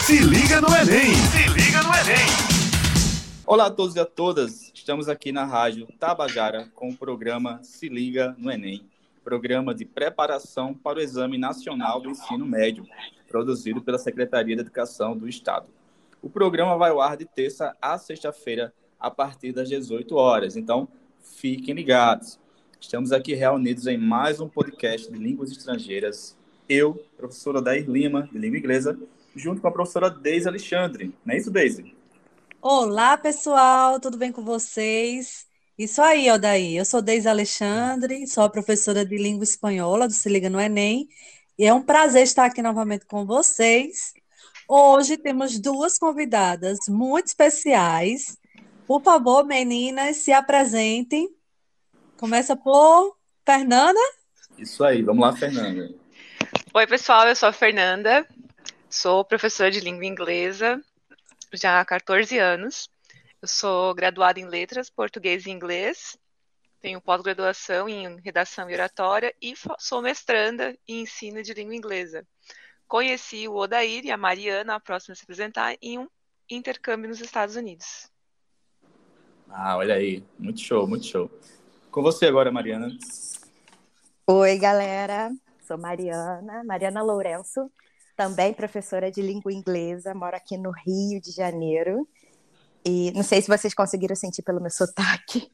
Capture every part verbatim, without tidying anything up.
Se liga no Enem! Se liga no Enem! Olá a todos e a todas, estamos aqui na Rádio Tabajara com o programa Se Liga no Enem, programa de preparação para o Exame Nacional do Ensino Médio, produzido pela Secretaria de Educação do Estado. O programa vai ao ar de terça a sexta-feira, a partir das dezoito horas, então fiquem ligados. Estamos aqui reunidos em mais um podcast de línguas estrangeiras. Eu, professora Dair Lima, de língua inglesa, junto com a professora Deise Alexandre. Não é isso, Deise? Olá, pessoal, tudo bem com vocês? Isso aí, Odaí. Eu sou Deise Alexandre, sou a professora de língua espanhola do Se Liga no Enem, e é um prazer estar aqui novamente com vocês. Hoje temos duas convidadas muito especiais. Por favor, meninas, se apresentem. Começa por Fernanda. Isso aí, vamos lá, Fernanda. Oi, pessoal, eu sou a Fernanda, sou professora de língua inglesa já há quatorze anos. Eu sou graduada em letras, português e inglês, tenho pós-graduação em redação e oratória e sou mestranda em ensino de língua inglesa. Conheci o Odair e a Mariana, a próxima a se apresentar, em um intercâmbio nos Estados Unidos. Ah, olha aí, muito show, muito show. Com você agora, Mariana. Oi, galera, sou Mariana, Mariana Lourenço, também professora de língua inglesa, moro aqui no Rio de Janeiro. E não sei se vocês conseguiram sentir pelo meu sotaque.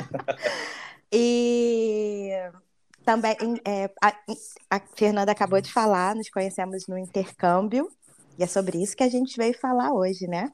E também é, a, a Fernanda acabou de falar, nos conhecemos no intercâmbio, e é sobre isso que a gente veio falar hoje, né?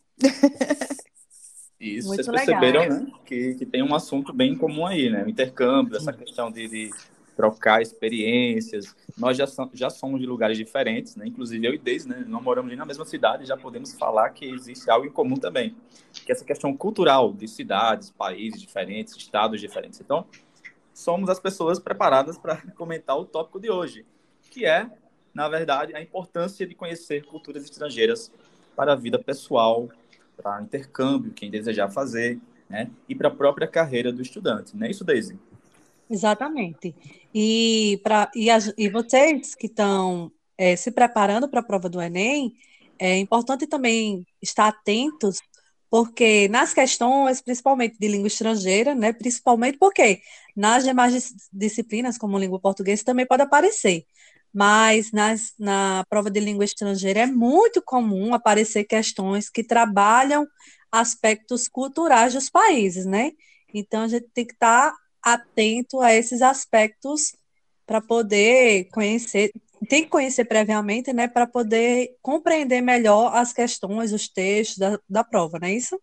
Isso, Muito vocês perceberam, legal. né, que, que tem um assunto bem comum aí, né? O intercâmbio, essa questão de, de trocar experiências. Nós já, so, já somos de lugares diferentes, né? Inclusive eu e Deise, né? Não moramos nem na mesma cidade, já podemos falar que existe algo em comum também, que é essa questão cultural de cidades, países diferentes, estados diferentes. Então, somos as pessoas preparadas para comentar o tópico de hoje, que é, na verdade, a importância de conhecer culturas estrangeiras para a vida pessoal, para intercâmbio, quem desejar fazer, né? E para a própria carreira do estudante. Não é isso, Deise? Exatamente. E, pra, e, as, e vocês que estão é, se preparando para a prova do Enem, é importante também estar atentos, porque nas questões, principalmente de língua estrangeira, né, principalmente porque nas demais dis- disciplinas, como língua portuguesa, também pode aparecer, mas nas, na prova de língua estrangeira é muito comum aparecer questões que trabalham aspectos culturais dos países, né? Então, a gente tem que estar atento a esses aspectos para poder conhecer, tem que conhecer previamente, né, para poder compreender melhor as questões, os textos da, da prova, não é isso?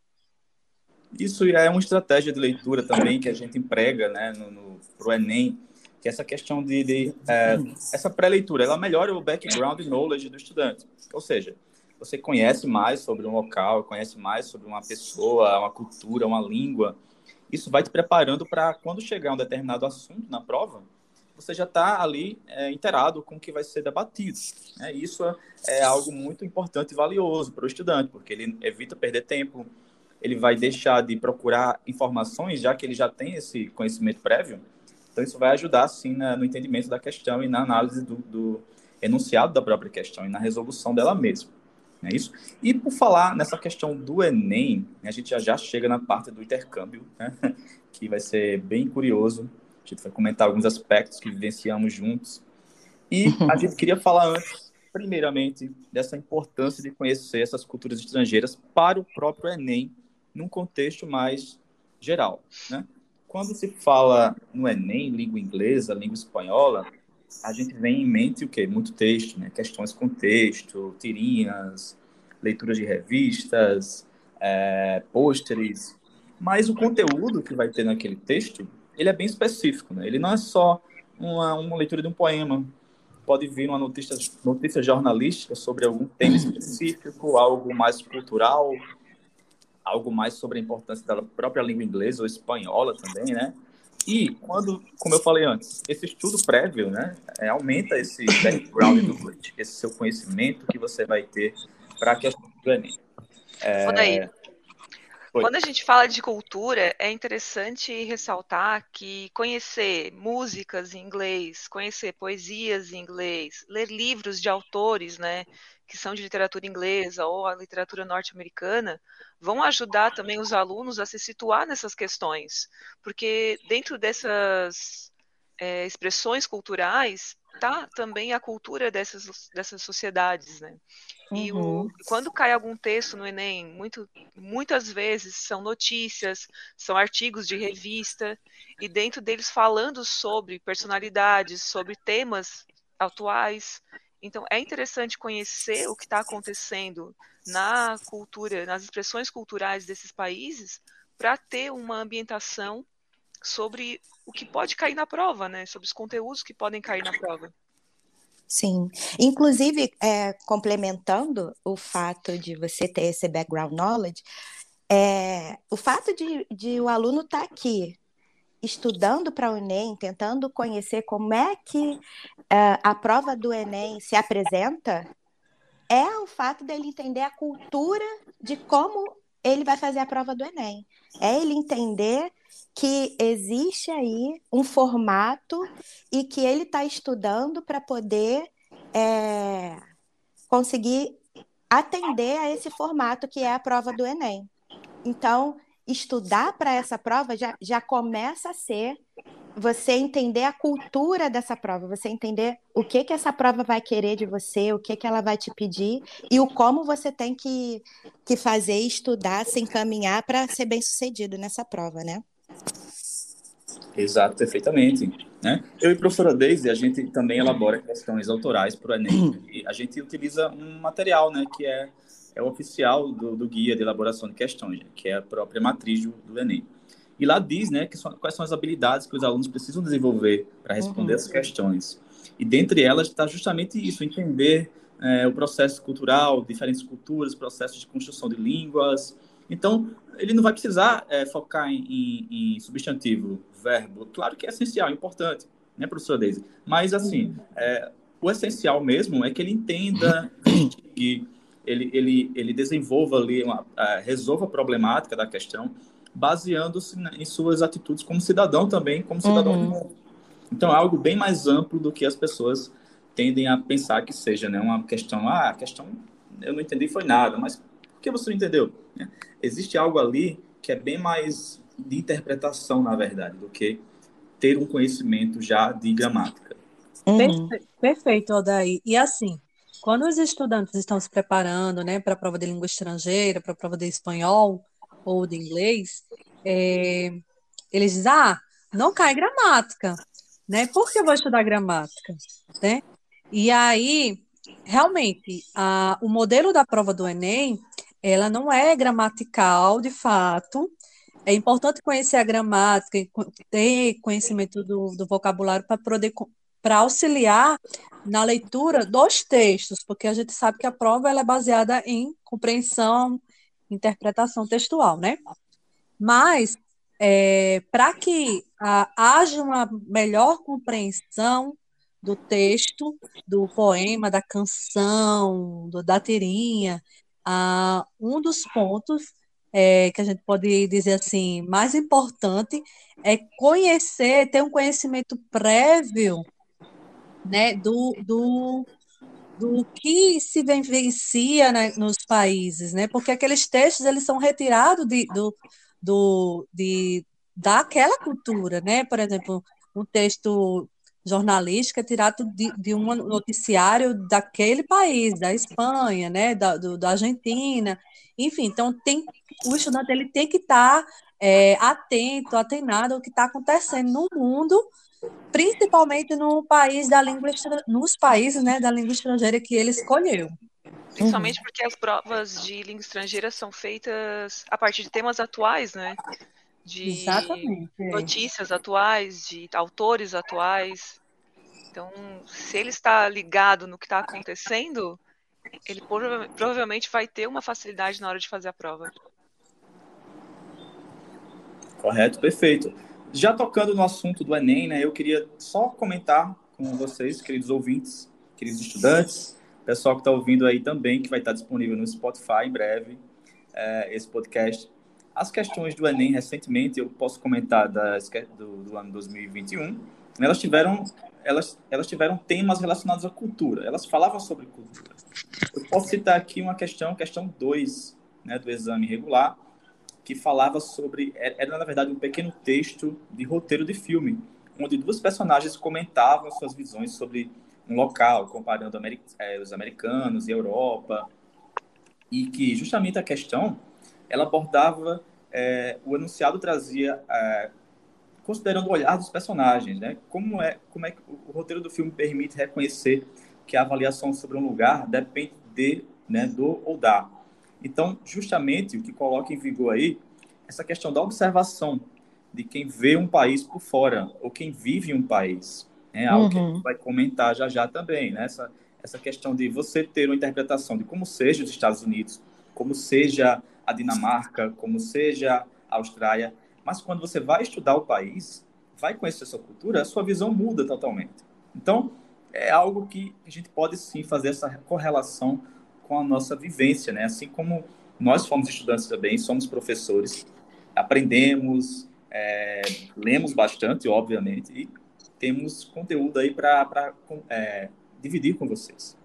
Isso é uma estratégia de leitura também que a gente emprega, né, no, no, pro Enem, que é essa questão de, de é, essa pré-leitura, ela melhora o background knowledge do estudante. Ou seja, você conhece mais sobre um local, conhece mais sobre uma pessoa, uma cultura, uma língua. Isso vai te preparando para quando chegar um determinado assunto na prova, você já está ali é, inteirado com o que vai ser debatido. Né? Isso é algo muito importante e valioso para o estudante, porque ele evita perder tempo, ele vai deixar de procurar informações, já que ele já tem esse conhecimento prévio. Então, isso vai ajudar, sim, na, no entendimento da questão e na análise do, do enunciado da própria questão e na resolução dela mesma. Não é isso? E por falar nessa questão do Enem, a gente já, já chega na parte do intercâmbio, né? Que vai ser bem curioso. A gente vai comentar alguns aspectos que vivenciamos juntos. E a gente queria falar antes, primeiramente, dessa importância de conhecer essas culturas estrangeiras para o próprio Enem, num contexto mais geral, né? Quando se fala no Enem, língua inglesa, língua espanhola, a gente vem em mente o quê? Muito texto, né? Questões com texto, tirinhas, leituras de revistas, é, pôsteres. Mas o conteúdo que vai ter naquele texto, ele é bem específico, né? Ele não é só uma, uma leitura de um poema. Pode vir uma notícia, notícia jornalística sobre algum tema específico, algo mais cultural, algo mais sobre a importância da própria língua inglesa ou espanhola também, né? E quando, como eu falei antes, esse estudo prévio, né, é, aumenta esse background knowledge, esse seu conhecimento que você vai ter para a questão do Enem. É... Odair, Oi. quando a gente fala de cultura, é interessante ressaltar que conhecer músicas em inglês, conhecer poesias em inglês, ler livros de autores, né, que são de literatura inglesa ou a literatura norte-americana, vão ajudar também os alunos a se situar nessas questões, porque dentro dessas é, expressões culturais está também a cultura dessas, dessas sociedades, né? E Uhum. o, quando cai algum texto no Enem, muito, muitas vezes são notícias, são artigos de revista, e dentro deles falando sobre personalidades, sobre temas atuais. Então, é interessante conhecer o que está acontecendo na cultura, nas expressões culturais desses países, para ter uma ambientação sobre o que pode cair na prova, né? Sobre os conteúdos que podem cair na prova. Sim, inclusive, é, complementando o fato de você ter esse background knowledge, é, o fato de, de o aluno estar aqui estudando para o Enem, tentando conhecer como é que é, a prova do Enem se apresenta, é o fato dele entender a cultura de como ele vai fazer a prova do Enem. É ele entender que existe aí um formato e que ele está estudando para poder é, conseguir atender a esse formato que é a prova do Enem. Então, estudar para essa prova já, já começa a ser você entender a cultura dessa prova, você entender o que que essa prova vai querer de você, o que que ela vai te pedir e o como você tem que, que fazer, estudar, se encaminhar para ser bem sucedido nessa prova, né? Exato, perfeitamente. Né? Eu e a professora Daisy, a gente também elabora questões autorais para o Enem. E a gente utiliza um material, né, que é, é o oficial do, do guia de elaboração de questões, que é a própria matriz do, do Enem. E lá diz, né, que são, quais são as habilidades que os alunos precisam desenvolver para responder Uhum. essas questões. E dentre elas está justamente isso, entender é, o processo cultural, diferentes culturas, processos de construção de línguas. Então, ele não vai precisar é, focar em, em, em substantivo, verbo. Claro que é essencial, é importante, né, professora Deise? Mas, assim, é, o essencial mesmo é que ele entenda, que ele, ele, ele desenvolva ali, uma, uh, resolva a problemática da questão, baseando-se em suas atitudes como cidadão também, como cidadão do Uhum. mundo. Então, é algo bem mais amplo do que as pessoas tendem a pensar que seja, né? Uma questão, ah, a questão eu não entendi foi nada, mas por que você não entendeu? Existe algo ali que é bem mais de interpretação, na verdade, do que ter um conhecimento já de gramática. Uhum. Perfe- Perfeito, Aldair. E assim, quando os estudantes estão se preparando, né, para a prova de língua estrangeira, para a prova de espanhol ou de inglês, é, eles dizem, ah, não cai gramática, né? Por que eu vou estudar gramática, né? E aí, realmente, a, o modelo da prova do Enem, ela não é gramatical, de fato. É importante conhecer a gramática, e co- ter conhecimento do, do vocabulário para poder para auxiliar na leitura dos textos, porque a gente sabe que a prova ela é baseada em compreensão, interpretação textual, né? Mas, é, para que ah, haja uma melhor compreensão do texto, do poema, da canção, do- da tirinha, ah, um dos pontos é, que a gente pode dizer assim, mais importante é conhecer, ter um conhecimento prévio, né, do, do, do que se vivencia, né, nos países, né? Porque aqueles textos eles são retirados de, do, do, de, daquela cultura, né? Por exemplo, um texto jornalístico é tirado de, de um noticiário daquele país, da Espanha, né? Da, do, da Argentina, enfim. Então tem o estudante ele tem que estar é, atento, atenado ao que está acontecendo no mundo, principalmente no país da língua estra- nos países, né, da língua estrangeira que ele escolheu. Principalmente porque as provas de língua estrangeira são feitas a partir de temas atuais, né? De Exatamente. É. notícias atuais, de autores atuais. Então, se ele está ligado no que está acontecendo, ele prova- provavelmente vai ter uma facilidade na hora de fazer a prova. Correto, perfeito. Já tocando no assunto do Enem, né, eu queria só comentar com vocês, queridos ouvintes, queridos estudantes, pessoal que está ouvindo aí também, que vai estar disponível no Spotify em breve, é, esse podcast. As questões do Enem, recentemente, eu posso comentar das, do, do ano dois mil e vinte e um, elas tiveram, elas, elas tiveram temas relacionados à cultura. Elas falavam sobre cultura. Eu posso citar aqui uma questão, questão dois, né, do exame regular, que falava sobre... Era, na verdade, um pequeno texto de roteiro de filme, onde duas personagens comentavam suas visões sobre um local, comparando ameri- eh, os americanos e a Europa, e que justamente a questão, ela abordava, eh, o enunciado trazia, eh, considerando o olhar dos personagens, né? Como é, como é que o, o roteiro do filme permite reconhecer que a avaliação sobre um lugar depende de, né, do ou da. Então, justamente, o que coloca em vigor aí, essa questão da observação de quem vê um país por fora, ou quem vive um país. É algo que a gente Uhum. vai comentar já já também, né? Essa, essa questão de você ter uma interpretação de como seja os Estados Unidos, como seja a Dinamarca, como seja a Austrália, mas quando você vai estudar o país, vai conhecer a sua cultura, a sua visão muda totalmente. Então, é algo que a gente pode sim fazer essa correlação com a nossa vivência, né? Assim como nós fomos estudantes também, somos professores, aprendemos, é, lemos bastante, obviamente, e temos conteúdo aí para é, dividir com vocês.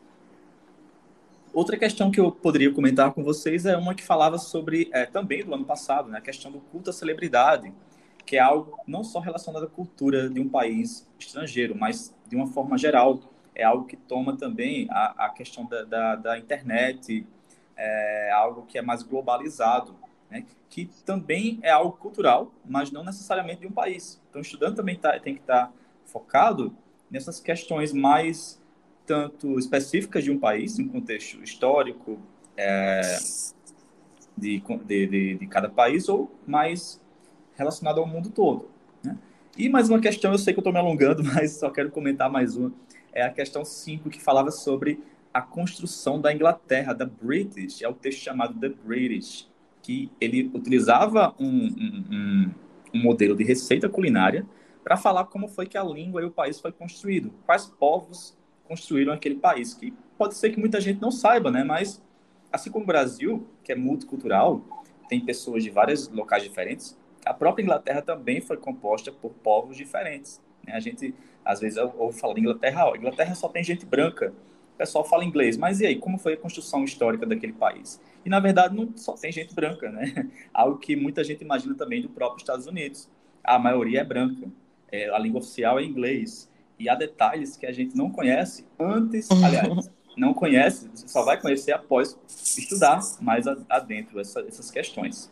Outra questão que eu poderia comentar com vocês é uma que falava sobre, é, também do ano passado, né, a questão do culto à celebridade, que é algo não só relacionado à cultura de um país estrangeiro, mas de uma forma geral. É algo que toma também a, a questão da, da, da internet, é algo que é mais globalizado, né, que também é algo cultural, mas não necessariamente de um país. Então, o estudante também tá, tem que estar focado nessas questões mais tanto específicas de um país, em contexto histórico, é, de, de, de, de cada país, ou mais relacionado ao mundo todo, né? E mais uma questão, eu sei que eu estou me alongando, mas só quero comentar mais uma, é a questão cinco, que falava sobre a construção da Inglaterra, da British, é o texto chamado The British, que ele utilizava um, um, um, um modelo de receita culinária para falar como foi que a língua e o país foi construído, quais povos construíram aquele país, que pode ser que muita gente não saiba, né? Mas, assim como o Brasil, que é multicultural, tem pessoas de vários locais diferentes, a própria Inglaterra também foi composta por povos diferentes, né? A gente, às vezes, ouve falar de Inglaterra, ó, Inglaterra só tem gente branca, o pessoal fala inglês, mas e aí, como foi a construção histórica daquele país? E, na verdade, não só tem gente branca, né? Algo que muita gente imagina também do próprio Estados Unidos. A maioria é branca, é, a língua oficial é inglês, e há detalhes que a gente não conhece antes, aliás, não conhece, você só vai conhecer após estudar mais adentro essa, essas questões.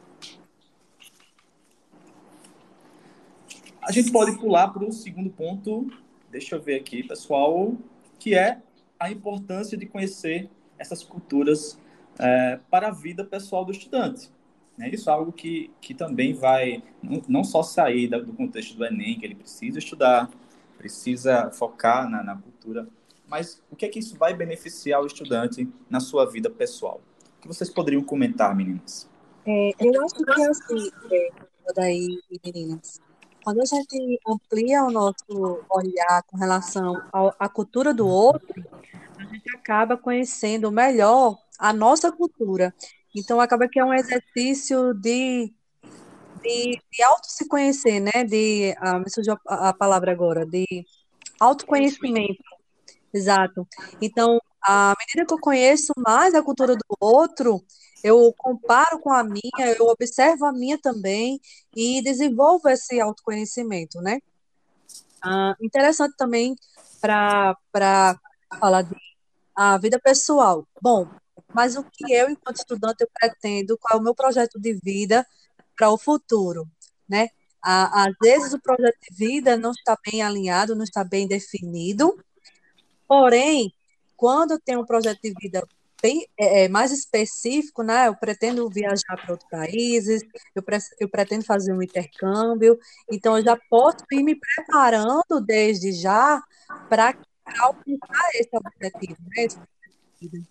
A gente pode pular para o segundo ponto, deixa eu ver aqui, pessoal, que é a importância de conhecer essas culturas é, para a vida pessoal do estudante. Né? Isso é algo que, que também vai não, não só sair do contexto do Enem, que ele precisa estudar, precisa focar na, na cultura, mas o que é que isso vai beneficiar o estudante na sua vida pessoal? O que vocês poderiam comentar, meninas? É, eu acho que é assim, é, daí, meninas, quando a gente amplia o nosso olhar com relação ao- à cultura do outro, a gente acaba conhecendo melhor a nossa cultura. Então, acaba que é um exercício de, de, de auto se conhecer, né? De, ah, me surgiu a, a palavra agora, de Conhecimento. autoconhecimento. Exato. Então, à medida que eu conheço mais a cultura do outro, eu comparo com a minha, eu observo a minha também e desenvolvo esse autoconhecimento, né? Ah, interessante também para para falar de a vida pessoal. Bom, mas o que eu, enquanto estudante, eu pretendo, qual é o meu projeto de vida para o futuro, né? À- Às vezes o projeto de vida não está bem alinhado, não está bem definido. Porém, quando eu tenho um projeto de vida bem, é, é, mais específico, né? Eu pretendo viajar para outros países, eu, pre- eu pretendo fazer um intercâmbio, então eu já posso ir me preparando desde já para alcançar esse objetivo, né? Esse objetivo.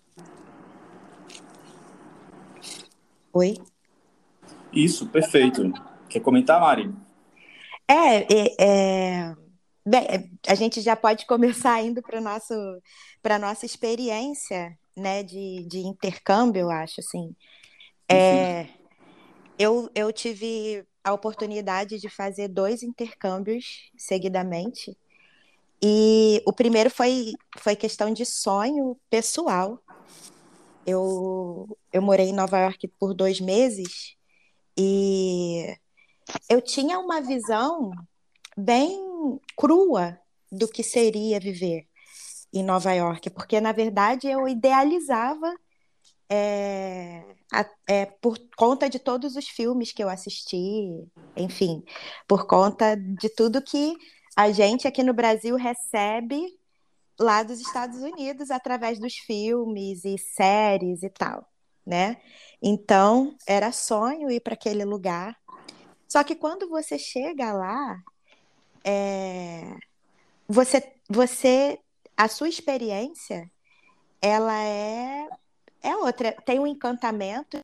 Oi? Isso, perfeito. Quer comentar, Mari? É, é, é, bem, é, a gente já pode começar indo para nosso para nossa experiência, né, de, de intercâmbio, eu acho assim. Sim, sim. É, eu, eu tive a oportunidade de fazer dois intercâmbios seguidamente. E o primeiro foi, foi questão de sonho pessoal. Eu, eu morei em Nova York por dois meses e eu tinha uma visão bem crua do que seria viver em Nova York, porque, na verdade, eu idealizava, é, a- é, por conta de todos os filmes que eu assisti, enfim, por conta de tudo que a gente aqui no Brasil recebe lá dos Estados Unidos através dos filmes e séries e tal, né? Então, era sonho ir para aquele lugar. Só que quando você chega lá, é, você, você, a sua experiência, ela é, é outra. Tem um encantamento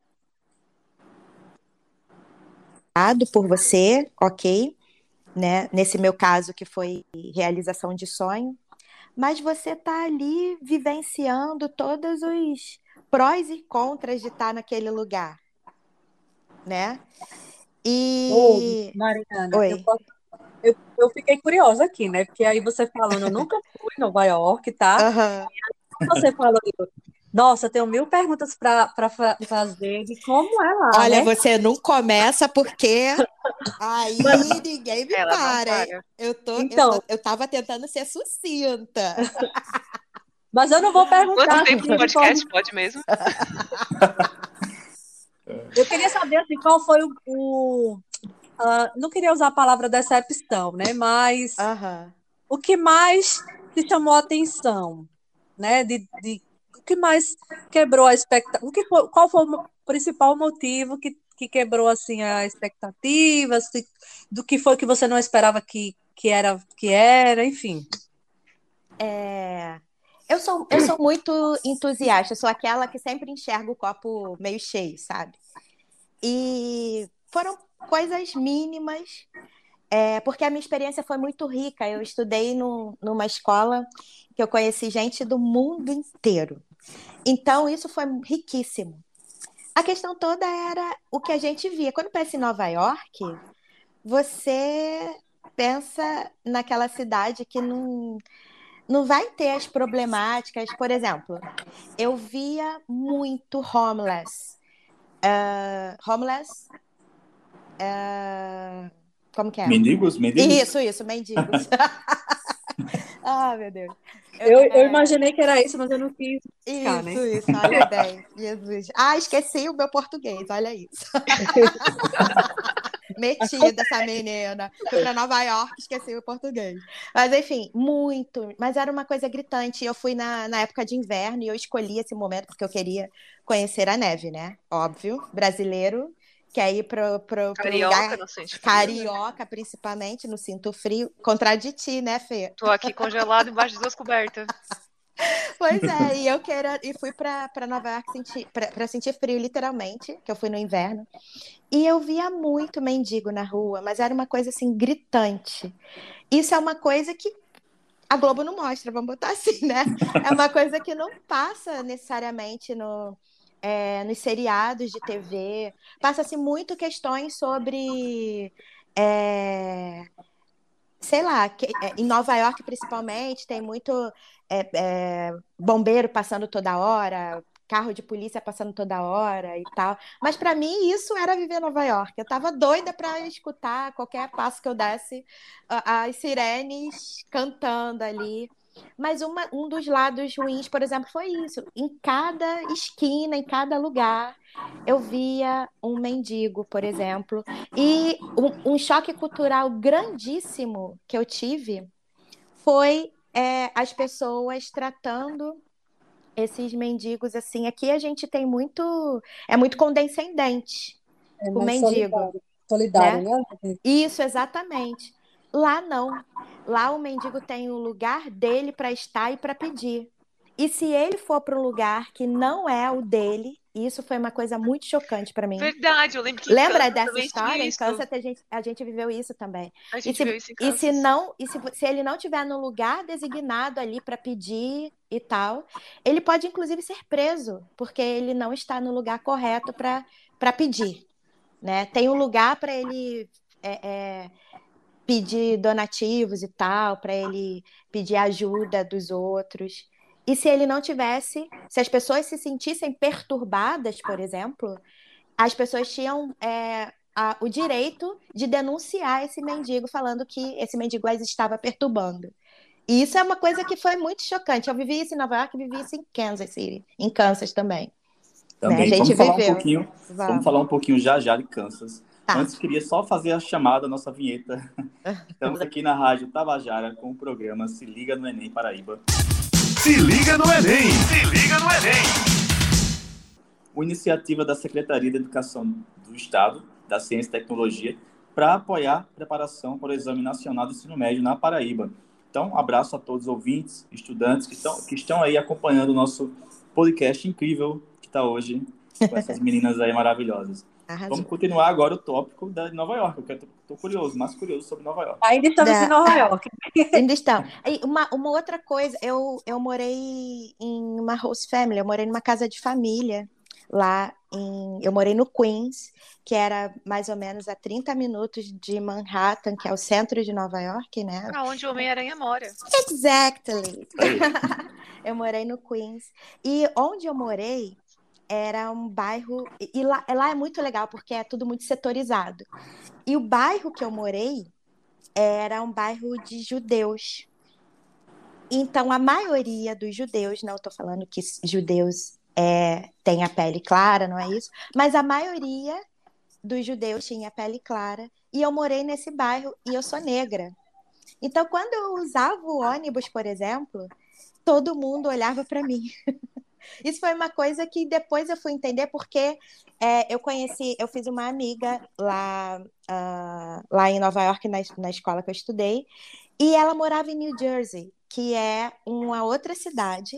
dado por você, ok, né? Nesse meu caso, que foi realização de sonho, mas você está ali vivenciando todos os prós e contras de estar naquele lugar, né? Ô, E. Mariana, eu, Oi. posso- eu, eu fiquei curiosa aqui, né? Porque aí você falando, eu nunca fui em Nova York, tá? Aham. Você falando, nossa, eu tenho mil perguntas para fazer de como é lá, Olha, né? você não começa porque Mas, aí ninguém me Ela não para, hein? para. Eu tô, eu então, tô, eu tava tentando ser sucinta. mas eu não vou Quanto perguntar tempo de assim, de forma. podcast pode mesmo? Eu queria saber assim, qual foi o, o- ah, não queria usar a palavra decepção, né? Mas Aham. o que mais te chamou a atenção, né? De, de, o que mais quebrou a expectativa? O que foi, qual foi o mo- principal motivo que, que quebrou assim a expectativa? Se- do que foi que você não esperava que, que era, que era, enfim. É, Eu sou, eu sou muito entusiasta, eu sou aquela que sempre enxerga o copo meio cheio, sabe? E foram coisas mínimas, é, porque a minha experiência foi muito rica. Eu estudei no, numa escola que eu conheci gente do mundo inteiro. Então, isso foi riquíssimo. A questão toda era o que a gente via. Quando pensa em Nova York, você pensa naquela cidade que não, não vai ter as problemáticas. Por exemplo, eu via muito homeless. Uh, homeless? Uh, como que é? Mendigos? Mendigos? Isso, isso, mendigos. Ah, meu Deus. Eu- Eu, eu é, imaginei que era isso, mas eu não quis buscar, Isso, né? isso, olha bem, Jesus. Ah, esqueci o meu português, olha isso. Metida essa menina. Fui para Nova York, esqueci o português. Mas enfim, muito. Mas era uma coisa gritante. Eu fui na, na época de inverno e eu escolhi esse momento porque eu queria conhecer a neve, né? Óbvio, brasileiro quer ir pro, pro, pro Carioca, lugar não sente frio, né? carioca, principalmente, no cinto frio. Contradi ti, né, Fê? Tô aqui congelado embaixo de duas cobertas. Pois é, e eu quero e fui para Nova York sentir, para sentir frio, literalmente, que eu fui no inverno. E eu via muito mendigo na rua, mas era uma coisa assim gritante. Isso é uma coisa que a Globo não mostra, vamos botar assim, né? É uma coisa que não passa necessariamente no, é, nos seriados de T V. Passa-se muito questões sobre. é, sei lá, que- é, em Nova York principalmente, tem muito é, é, bombeiro passando toda hora, carro de polícia passando toda hora e tal. Mas para mim isso era viver Nova York. Eu tava doida para escutar qualquer passo que eu desse a- as sirenes cantando ali. Mas uma- um dos lados ruins, por exemplo, foi isso. Em cada esquina, em cada lugar, eu via um mendigo, por exemplo. E um, um choque cultural grandíssimo que eu tive foi é, as pessoas tratando esses mendigos assim. Aqui a gente tem muito, é muito condescendente É com o mais mendigo, solidário, solidário, né? né? Isso, exatamente. Lá não. Lá o mendigo tem o lugar dele para estar e para pedir. E se ele for para um lugar que não é o dele, isso foi uma coisa muito chocante para mim. Verdade, eu lembro que em Lembra Kansas dessa também tinha história? Em isso. Kansas a gente, a gente viveu isso também. A E gente viu se, isso em e se Kansas. não, e se, se ele não tiver no lugar designado ali para pedir e tal, ele pode inclusive ser preso, porque ele não está no lugar correto para para pedir, né? Tem um lugar para ele é, é, pedir donativos e tal, para ele pedir ajuda dos outros. E se ele não tivesse, se as pessoas se sentissem perturbadas, por exemplo, as pessoas tinham é, a, o direito de denunciar esse mendigo, falando que esse mendigo as estava perturbando. E isso é uma coisa que foi muito chocante. Eu vivi isso em Nova York e vivi isso em Kansas City, em Kansas também. Né? A Também. gente Vamos falar um viveu. pouquinho, vamos Vamos. falar um pouquinho já já de Kansas. Tá. Antes, queria só fazer a chamada, a nossa vinheta. Estamos aqui na Rádio Tabajara com o programa Se Liga no Enem Paraíba. Se liga no Enem! Se liga no Enem! Uma iniciativa da Secretaria de Educação do Estado, da Ciência e Tecnologia, para apoiar a preparação para o Exame Nacional do Ensino Médio na Paraíba. Então, um abraço a todos os ouvintes, estudantes que estão, que estão aí acompanhando o nosso podcast incrível que está hoje com essas meninas aí maravilhosas. Arrasou. Vamos continuar agora o tópico da Nova York, porque eu estou curioso, mais curioso sobre Nova York. Ainda estamos Da- em Nova York. Ainda estão. E uma, uma outra coisa, eu, eu morei em uma host family, eu morei numa casa de família lá em, eu morei no Queens, que era mais ou menos a trinta minutos de Manhattan, que é o centro de Nova York, né? Aonde o Homem-Aranha mora. Exactly. Aí, Eu morei no Queens. E onde eu morei era um bairro. E lá, lá é muito legal, porque é tudo muito setorizado. E o bairro que eu morei era um bairro de judeus. Então, a maioria dos judeus, não estou falando que judeus é, têm a pele clara, não é isso, mas a maioria dos judeus tinha a pele clara. E eu morei nesse bairro e eu sou negra. Então, quando eu usava o ônibus, por exemplo, todo mundo olhava para mim. Isso foi uma coisa que depois eu fui entender, porque é, eu conheci, eu fiz uma amiga lá, uh, lá em Nova York, na, na escola que eu estudei, e ela morava em New Jersey, que é uma outra cidade,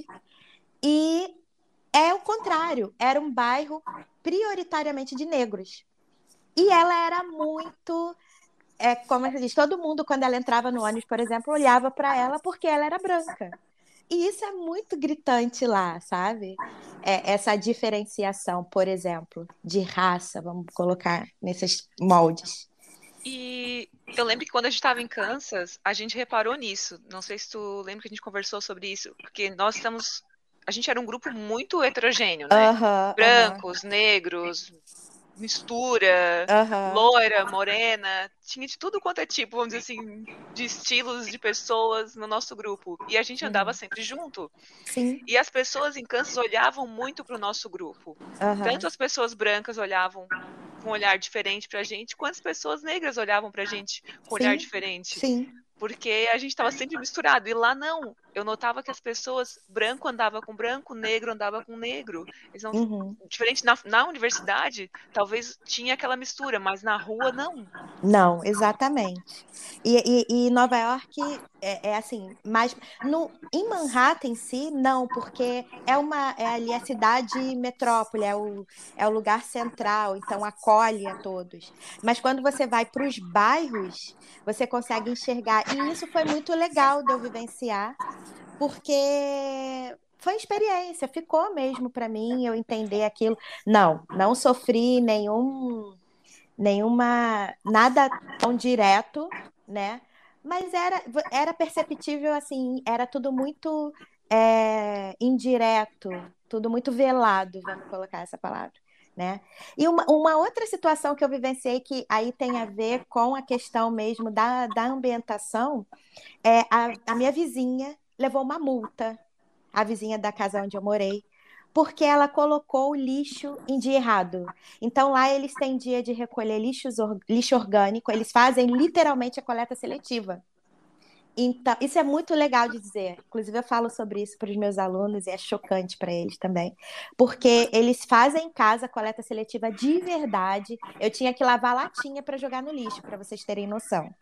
e é o contrário, era um bairro prioritariamente de negros. E ela era muito, é, como se diz, todo mundo, quando ela entrava no ônibus, por exemplo, olhava para ela porque ela era branca. E isso é muito gritante lá, sabe? É, essa diferenciação, por exemplo, de raça, vamos colocar nesses moldes. E eu lembro que quando a gente estava em Kansas, a gente reparou nisso. Não sei se tu lembra que a gente conversou sobre isso, porque nós estamos... A gente era um grupo muito heterogêneo, né? Aham, Brancos, negros, mistura, aham, loira, morena, tinha de tudo quanto é tipo, vamos dizer assim, de estilos de pessoas no nosso grupo. E a gente andava Uhum. sempre junto. sim, E as pessoas em Kansas olhavam muito para o nosso grupo. aham, Tanto as pessoas brancas olhavam com um olhar diferente pra gente, quanto as pessoas negras olhavam pra gente com um olhar sim, diferente. sim, Porque a gente estava sempre misturado. E lá não. Eu notava que as pessoas, branco andava com branco, negro andava com negro. Eles não... uhum. Diferente na, na universidade, talvez tinha aquela mistura, mas na rua não. Não, exatamente. E, e, e Nova York é, é assim, mas no, em Manhattan em si, não, porque é uma é ali a cidade metrópole, é o, é o lugar central, então acolhe a todos. Mas quando você vai para os bairros, você consegue enxergar. E isso foi muito legal de eu vivenciar, porque foi experiência, ficou mesmo para mim eu entender aquilo. Não, não sofri nenhum nenhuma nada tão direto, né? Mas era, era perceptível assim, era tudo muito é, indireto, tudo muito velado, vamos colocar essa palavra, né? E uma, uma outra situação que eu vivenciei que aí tem a ver com a questão mesmo da, da ambientação é a, a minha vizinha levou uma multa, a vizinha da casa onde eu morei, porque ela colocou o lixo em dia errado. Então, lá eles têm dia de recolher lixos, lixo orgânico, eles fazem literalmente a coleta seletiva. Então, isso é muito legal de dizer. Inclusive, eu falo sobre isso para os meus alunos e é chocante para eles também. Porque eles fazem em casa a coleta seletiva de verdade. Eu tinha que lavar latinha para jogar no lixo, para vocês terem noção.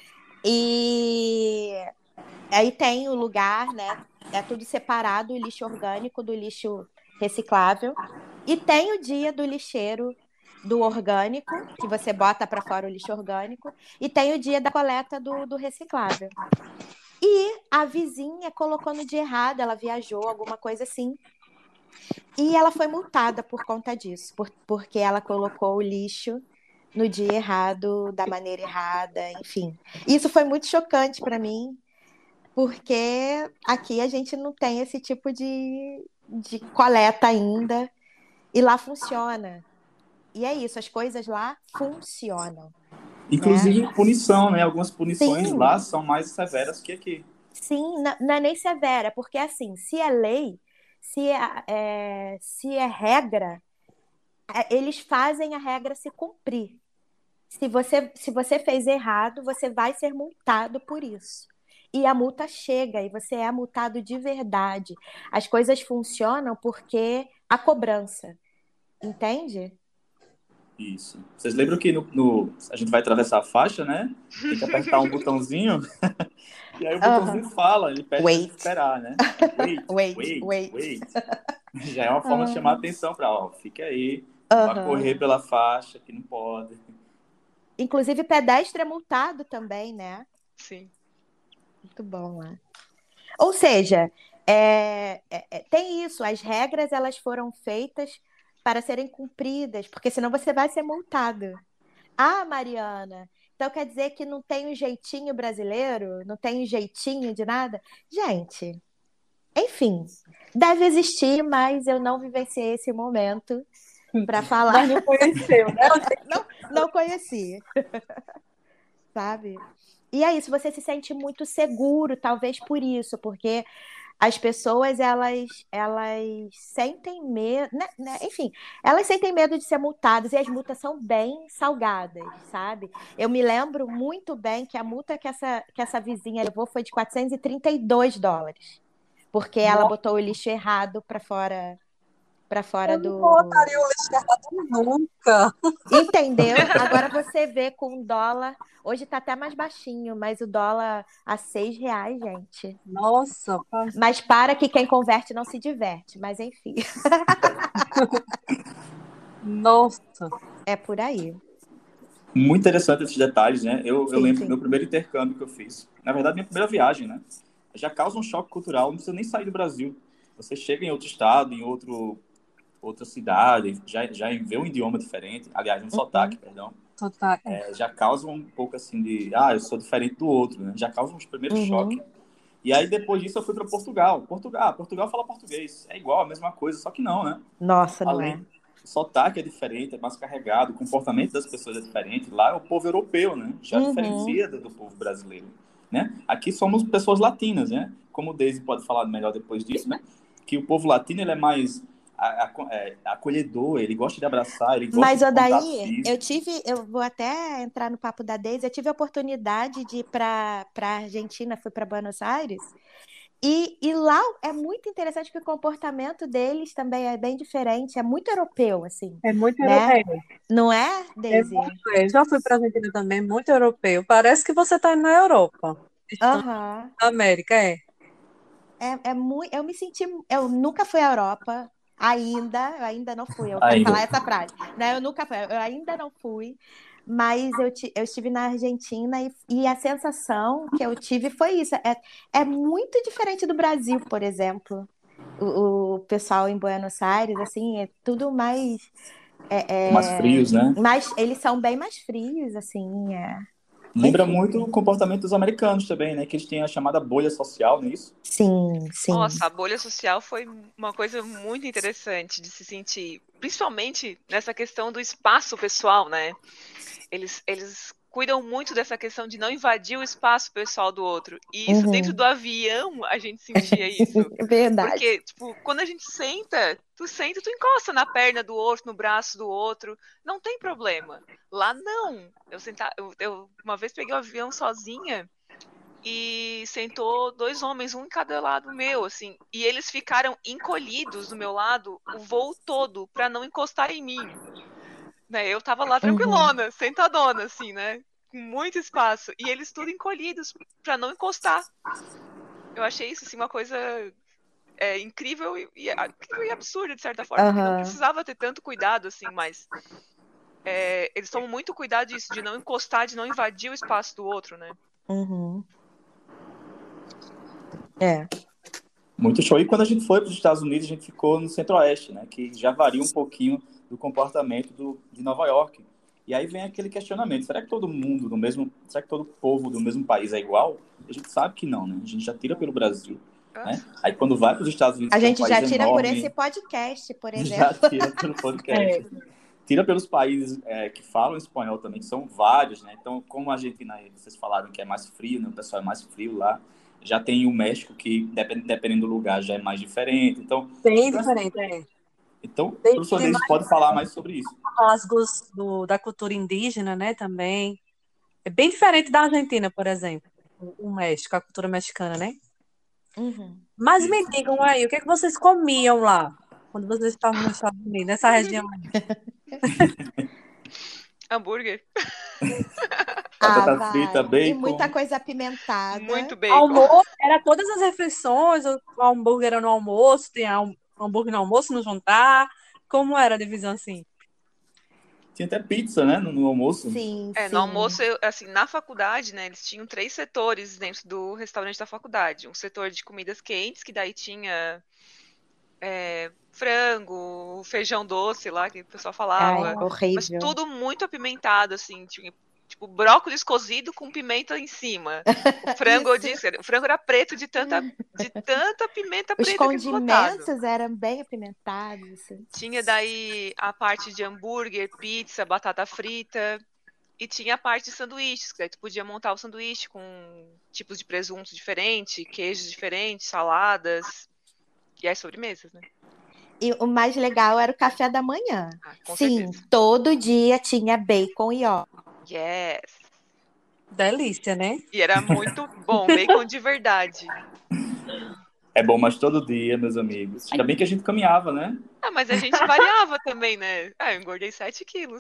E aí tem o lugar, né? É tudo separado, o lixo orgânico do lixo reciclável. E tem o dia do lixeiro do orgânico, que você bota para fora o lixo orgânico. E tem o dia da coleta do, do reciclável. E a vizinha colocou no dia errado, ela viajou, alguma coisa assim. E ela foi multada por conta disso, por, porque ela colocou o lixo no dia errado, da maneira errada, enfim. Isso foi muito chocante para mim, porque aqui a gente não tem esse tipo de, de coleta ainda, e lá funciona. E é isso, as coisas lá funcionam. Inclusive né? punição, né? Algumas punições Sim. lá são mais severas que aqui. Sim, não, não é nem severa, porque assim, se é lei, se é, é- se é regra, é, eles fazem a regra se cumprir. Se você, se você fez errado, você vai ser multado por isso. E a multa chega e você é multado de verdade. As coisas funcionam porque a cobrança, entende? Isso. Vocês lembram que no, no- a gente vai atravessar a faixa, né? Tem que apertar um botãozinho. E aí o Aham. botãozinho fala, ele pede pra Wait. gente esperar, né? Wait, Wait, wait, wait. wait. Já é uma forma de chamar a atenção para, ó, fica aí, não vai Aham. correr pela faixa, que não pode. Inclusive, pedestre é multado também, né? Sim. Muito bom lá. Ou seja, é, é, é, tem isso, as regras elas foram feitas para serem cumpridas, porque senão você vai ser multado. Ah, Mariana, então quer dizer que não tem um jeitinho brasileiro? Não tem um jeitinho de nada? Gente, enfim, deve existir, mas eu não vivenciei esse momento para falar. Mas não conheceu, né? Não, não conheci, sabe? E é isso, você se sente muito seguro, talvez por isso, porque as pessoas elas elas sentem medo, né, né, enfim, elas sentem medo de ser multadas e as multas são bem salgadas, sabe? Eu me lembro muito bem que a multa que essa que essa vizinha levou foi de quatrocentos e trinta e dois dólares, porque ela Nossa, botou o lixo errado para fora para fora eu não do botaria o lixo errado nunca. Entendeu? Agora você vê com o dólar, hoje tá até mais baixinho, mas o dólar a seis reais, gente. Nossa, pa- Mas para que quem converte não se diverte, mas enfim, nossa. é por aí. Muito interessante esses detalhes, né? Eu, eu Sim, lembro do sim. meu primeiro intercâmbio que eu fiz. Na verdade, minha primeira viagem, né? Já causa um choque cultural, não precisa nem sair do Brasil. Você chega em outro estado, em outro, outra cidade, já, já vê um idioma diferente, aliás, um sotaque, perdão. Total. É, já causa um pouco assim de, ah, eu sou diferente do outro, né? Já causa uns primeiros Uhum. choques. E aí, depois disso, eu fui para Portugal. Portugal, Portugal fala português. É igual, a mesma coisa, só que não, né? Nossa, não Além, é? o sotaque é diferente, é mais carregado, o comportamento das pessoas é diferente. Lá é o povo europeu, né? Já Uhum. diferencia do, do povo brasileiro, né? Aqui somos pessoas latinas, né? Como o Daisy pode falar melhor depois disso, né? Que o povo latino, ele é mais a- a- é, acolhedor, ele gosta de abraçar, ele gosta Mas, de ó, contato daí, físico. eu tive, eu vou até entrar no papo da Deise, eu tive a oportunidade de ir para para Argentina, fui para Buenos Aires, e, e lá é muito interessante que o comportamento deles também é bem diferente, é muito europeu, assim, É muito né? europeu. Não é, É Deise? muito, é. Já fui para a Argentina também, muito europeu. Parece que você está na Europa. Estando Aham. na América, é. É, é muito, eu me senti, eu nunca fui à Europa, ainda, eu ainda não fui, eu quero Ainda. falar essa frase, né? Eu nunca fui, eu ainda não fui, mas eu, ti- eu estive na Argentina e, e a sensação que eu tive foi isso, é, é muito diferente do Brasil, por exemplo. O, o pessoal em Buenos Aires, assim, é tudo mais, é, Mais é, frios, né? mais, eles são bem mais frios, assim, é. Lembra Enfim, muito o comportamento dos americanos também, né? Que eles têm a chamada bolha social, não é isso? sim, sim. Nossa, a bolha social foi uma coisa muito interessante de se sentir, principalmente nessa questão do espaço pessoal, né? Eles, eles cuidam muito dessa questão de não invadir o espaço pessoal do outro. E isso dentro Uhum. do avião a gente sentia isso. Verdade. Porque, tipo, quando a gente senta, tu senta, tu encosta na perna do outro, no braço do outro, não tem problema. Lá não. Eu, senta, eu, eu uma vez peguei o avião sozinha e sentou dois homens, um em cada lado meu, assim, e eles ficaram encolhidos do meu lado o voo todo pra não encostar em mim. Né? Eu tava lá tranquilona, sentadona, assim, né? Com muito espaço. E eles tudo encolhidos pra não encostar. Eu achei isso, assim, uma coisa é, incrível, e, e, incrível e absurda, de certa forma, porque não Aham. precisava ter tanto cuidado, assim, mas é, eles tomam muito cuidado disso, de não encostar, de não invadir o espaço do outro, né? Uhum. É. Muito show. E quando a gente foi para os Estados Unidos, a gente ficou no Centro-Oeste, né? Que já varia um pouquinho do comportamento do, de Nova York. E aí vem aquele questionamento, será que todo mundo do mesmo, será que todo povo do mesmo país é igual? A gente sabe que não, né? A gente já tira pelo Brasil, né? Aí quando vai para os Estados Unidos, A que é um gente país já tira por enorme, esse podcast, por já exemplo. tira pelo podcast. Tira pelos países é, que falam espanhol também, que são vários, né? Então, como a Argentina, vocês falaram que é mais frio, né? O pessoal é mais frio lá. Já tem o México, que dependendo do lugar já é mais diferente. Então, Bem diferente, é. então Tem, o professor tem Denis mais pode falar mais sobre isso. rasgos do, da cultura indígena, né, também. É bem diferente da Argentina, por exemplo. O, o México, a cultura mexicana, né? Uhum. Mas me digam aí, o que é que vocês comiam lá, quando vocês estavam nos Estados Unidos, nessa região? Hambúrguer. Batata Ah, frita, vai. E bacon. muita coisa apimentada. Muito bacon. Almoço, era todas as refeições, o hambúrguer era no almoço, tinha um hambúrguer no almoço, no jantar. Como era a divisão assim? Tinha até pizza, né? No, no almoço. Sim, É, sim. no almoço, eu- assim, na faculdade, né, eles tinham três setores dentro do restaurante da faculdade. Um setor de comidas quentes, que daí tinha é, frango, feijão doce lá, que o pessoal Ai, falava. Mas horrível. tudo muito apimentado, assim, tinha, tipo, brócolis cozido com pimenta em cima. O frango, eu Isso. disse, o frango era preto de tanta, de tanta pimenta Os preta que eles botaram. condimentos eram bem apimentados. Assim. Tinha daí a parte de hambúrguer, pizza, batata frita. E tinha a parte de sanduíches, que daí tu podia montar o sanduíche com tipos de presunto diferente, queijos diferentes, saladas. E as sobremesas, né? E o mais legal era o café da manhã. Ah, com Sim, certeza. todo dia tinha bacon e ó. Yes. Delícia, né? E era muito bom, bacon de verdade. É bom, mas todo dia, meus amigos. Ainda bem que a gente caminhava, né? Ah, mas a gente variava também, né? Ah, eu engordei sete quilos.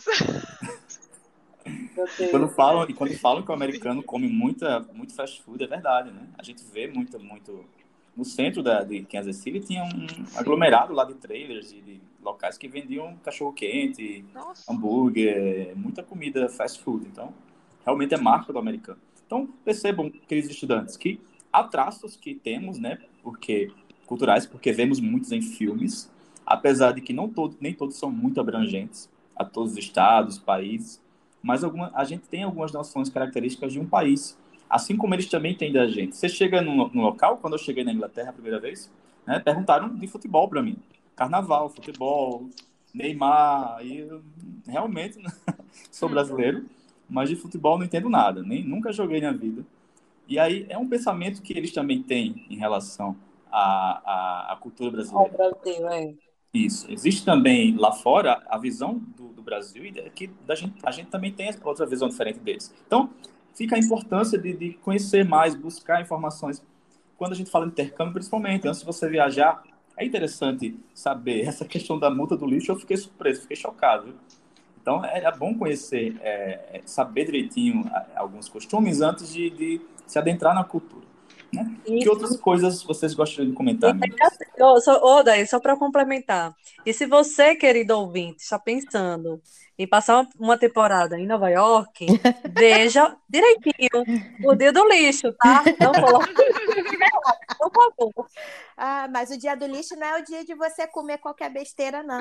E quando falam, e quando falam que o americano come muita, muito fast food, é verdade, né? A gente vê muito, muito... No centro da, de Kansas City tinha um aglomerado lá de trailers e de locais que vendiam cachorro-quente, Nossa. hambúrguer, muita comida fast food. Então, realmente é marca do americano. Então, percebam, queridos estudantes, que há traços que temos, né? Porque, culturais, porque vemos muitos em filmes, apesar de que não todo, nem todos são muito abrangentes a todos os estados, países, mas alguma, a gente tem algumas noções características de um país, assim como eles também têm da gente. Você chega no, no local, quando eu cheguei na Inglaterra a primeira vez, né, perguntaram de futebol para mim. Carnaval, futebol, Neymar, e eu realmente sou brasileiro, mas de futebol não entendo nada, nem, nunca joguei na vida. E aí é um pensamento que eles também têm em relação à, à, à cultura Ao brasileira. Brasil, é. Isso. Existe também lá fora a visão do, do Brasil e que da gente, a gente também tem outra visão diferente deles. Então, fica a importância de, de conhecer mais, buscar informações. Quando a gente fala de intercâmbio, principalmente, antes de você viajar, é interessante saber. Essa questão da multa do lixo, eu fiquei surpreso, fiquei chocado. Viu? Então, é, é bom conhecer, é, saber direitinho alguns costumes antes de, de se adentrar na cultura. Né? Que outras coisas vocês gostariam de comentar? Ô, só, ô, Daí, só para complementar. E se você, querido ouvinte, está pensando em passar uma, uma temporada em Nova York, veja direitinho o dia do lixo, tá? Não coloque, por favor. Ah, mas o dia do lixo não é o dia de você comer qualquer besteira, não.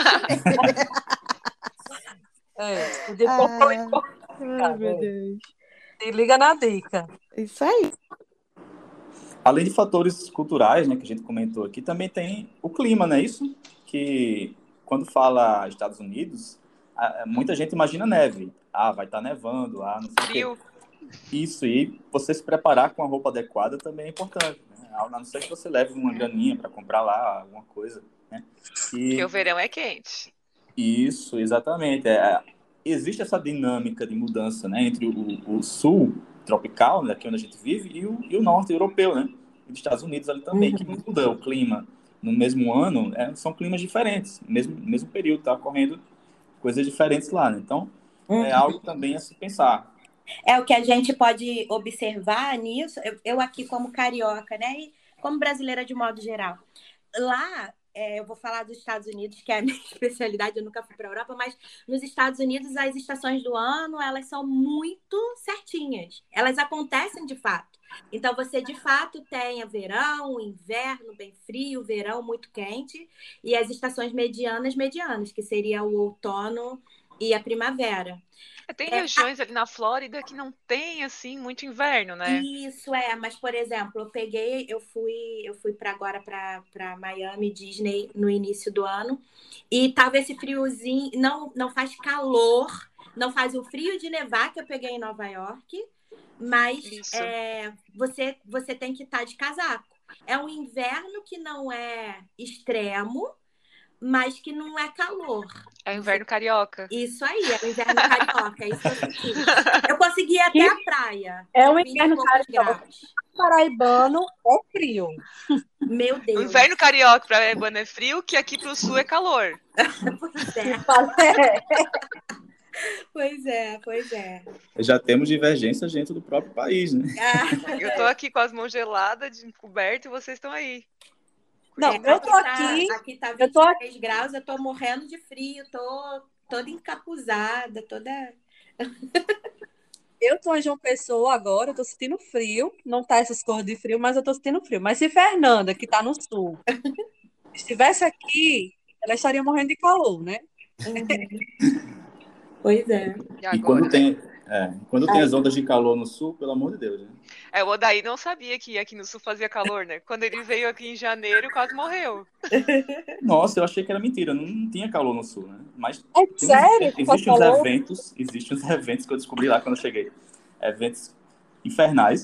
É, o dia Ah, de ai, meu Deus. Se liga na dica. Isso aí. Além de fatores culturais, né, que a gente comentou aqui, também tem o clima, não é isso? Que quando fala Estados Unidos, muita gente imagina neve. Ah, vai estar nevando, ah, não sei Frio. o quê. Isso, e você se preparar com a roupa adequada também é importante. Né? A não ser que você leve uma graninha para comprar lá alguma coisa. Né? E... Porque o verão é quente. Isso, exatamente. É, existe essa dinâmica de mudança, né, entre o, o sul tropical, né, aqui onde a gente vive, e o, e o norte europeu, né, e dos Estados Unidos ali também, que muda o clima no mesmo ano, é, são climas diferentes, no mesmo, mesmo período, tá ocorrendo coisas diferentes lá, né? Então, é algo também a se pensar. É o que a gente pode observar nisso, eu, eu aqui como carioca, né, e como brasileira de modo geral. Lá, é, eu vou falar dos Estados Unidos, que é a minha especialidade, eu nunca fui para a Europa, mas nos Estados Unidos as estações do ano, elas são muito certinhas. Elas acontecem de fato. Então, você de fato tem verão, inverno bem frio, verão muito quente, e as estações medianas, medianas, que seria o outono e a primavera. Tem É, regiões ali na Flórida que não tem, assim, muito inverno, né? Isso é, mas por exemplo, eu peguei, eu fui, eu fui para agora para Miami, Disney no início do ano e tava esse friozinho, não não faz calor, não faz o frio de nevar que eu peguei em Nova York, mas é, você você tem que estar de casaco. É um inverno que não é extremo, mas que não é calor. É o inverno carioca. Isso aí, é o inverno carioca, é isso que eu senti. Eu consegui ir até a praia. É o inverno carioca. Paraibano é frio. Meu Deus. O inverno carioca para Paraibano é frio, que aqui para o sul é calor. Pois é. Pois é, pois é. Já temos divergências dentro do próprio país, né? Ah, Eu tô aqui com as mãos geladas, de coberto, e vocês estão aí. Não, é, eu tô aqui. aqui. Tá, aqui tá vinte eu tô e três graus, eu tô morrendo de frio, tô toda encapuzada, toda. Eu tô em João Pessoa agora, eu tô sentindo frio. Não tá essas cores de frio, mas eu tô sentindo frio. Mas se Fernanda, que tá no sul, estivesse aqui, ela estaria morrendo de calor, né? Uhum. Pois é. E, agora? e quando tem, é, quando tem as ondas de calor no sul, pelo amor de Deus, né? É, o Odaí não sabia que aqui no sul fazia calor, né? Quando ele veio aqui em janeiro, quase morreu. Nossa, eu achei que era mentira, não, não tinha calor no sul, né? Mas É tem sério? Uns, existem uns eventos, existem uns eventos que eu descobri lá quando eu cheguei. Eventos infernais.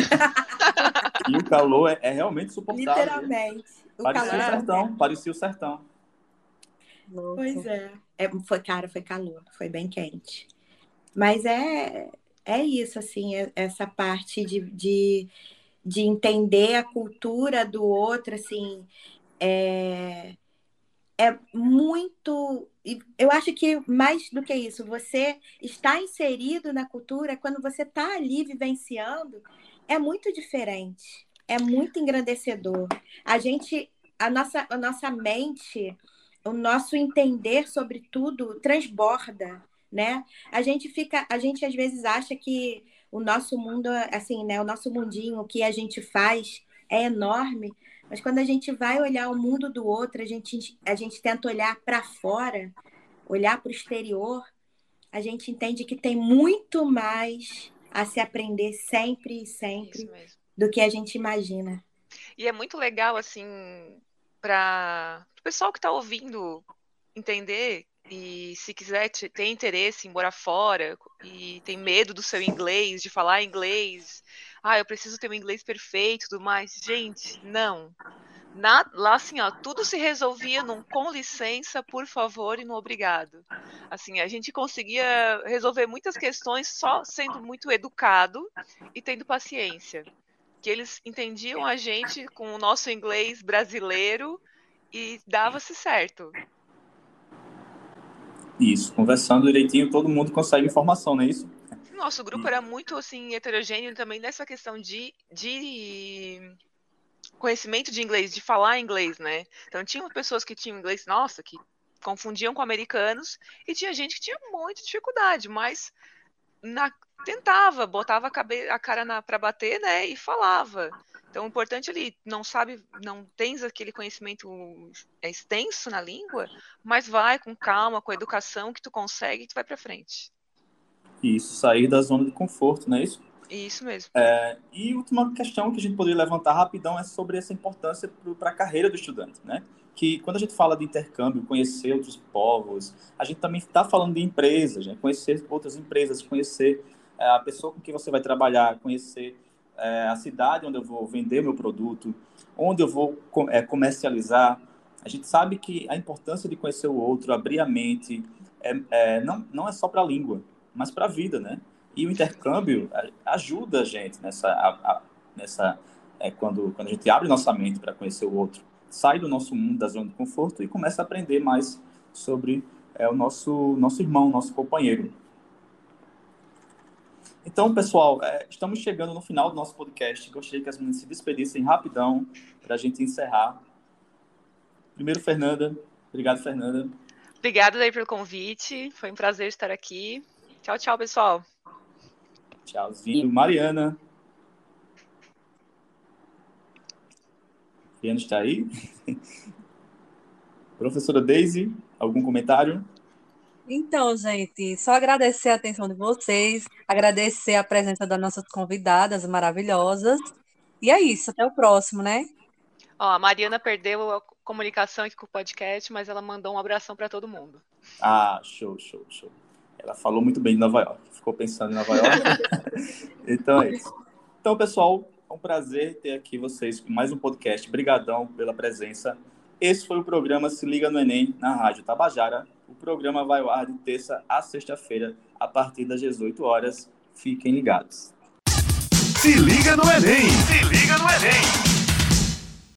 E o calor é, é realmente suportável. Literalmente. O parecia calor o é sertão, parecia o sertão. Nossa. Pois é. é. Foi, cara, foi calor, foi bem quente. Mas é, é isso, assim, é, essa parte de, de, de entender a cultura do outro, assim, é, é muito. Eu acho que mais do que isso, você está inserido na cultura quando você está ali vivenciando, é muito diferente, é muito engrandecedor. A gente, a nossa, a nossa mente, o nosso entender sobre tudo transborda, né? A gente fica, a gente às vezes acha que o nosso mundo, assim, né? O nosso mundinho, o que a gente faz é enorme. Mas quando a gente vai olhar o mundo do outro, a gente, a gente tenta olhar para fora, olhar para o exterior, a gente entende que tem muito mais a se aprender sempre e sempre do que a gente imagina. E é muito legal, assim, para o pessoal que está ouvindo entender e se quiser ter interesse em morar fora e tem medo do seu inglês, de falar inglês, ah, eu preciso ter um inglês perfeito e tudo mais. Gente, não. Na, lá, assim, ó, tudo se resolvia num com licença, por favor e no obrigado. Assim, a gente conseguia resolver muitas questões só sendo muito educado e tendo paciência. Que eles entendiam a gente com o nosso inglês brasileiro e dava-se certo. Isso, conversando direitinho, todo mundo consegue informação, não é isso? Nosso grupo era muito, assim, heterogêneo também nessa questão de... de... conhecimento de inglês, de falar inglês, né? Então tinham pessoas que tinham inglês, nossa, que confundiam com americanos, e tinha gente que tinha muita dificuldade, mas na, tentava, botava a, cabe, a cara para bater, né, e falava. Então o importante ali, não sabe, não tens aquele conhecimento extenso na língua, mas vai com calma, com educação, que tu consegue e tu vai para frente. Isso, sair da zona de conforto, não é isso? Isso mesmo. É, e última questão que a gente poderia levantar rapidão é sobre essa importância para a carreira do estudante, né? Que quando a gente fala de intercâmbio, conhecer outros povos, a gente também está falando de empresas, né? Conhecer outras empresas, conhecer é, a pessoa com quem você vai trabalhar, conhecer é, a cidade onde eu vou vender meu produto, onde eu vou é, comercializar. A gente sabe que a importância de conhecer o outro, abrir a mente, é, é, não, não é só para a língua, mas para a vida, né? E o intercâmbio ajuda a gente nessa, a, a, nessa é, quando, quando a gente abre nossa mente para conhecer o outro, sai do nosso mundo, da zona de conforto e começa a aprender mais sobre é, o nosso, nosso irmão, nosso companheiro. Então, pessoal, é, estamos chegando no final do nosso podcast. Gostaria que as meninas se despedissem rapidão para a gente encerrar. Primeiro, Fernanda. Obrigado, Fernanda. Obrigada aí pelo convite. Foi um prazer estar aqui. Tchau, tchau, pessoal. Tchauzinho. Mariana. Mariana está aí? Professora Daisy, algum comentário? Então, gente, só agradecer a atenção de vocês, agradecer a presença das nossas convidadas maravilhosas. E é isso, até o próximo, né? Ó, a Mariana perdeu a comunicação aqui com o podcast, mas ela mandou um abração para todo mundo. Ah, show, show, show. Ela falou muito bem de Nova York. Ficou pensando em Nova York. Então é isso. Então, pessoal, é um prazer ter aqui vocês com mais um podcast. Brigadão pela presença. Esse foi o programa Se Liga no Enem, na Rádio Tabajara. O programa vai ao ar de terça a sexta-feira, a partir das dezoito horas. Fiquem ligados. Se liga no Enem! Se liga no Enem!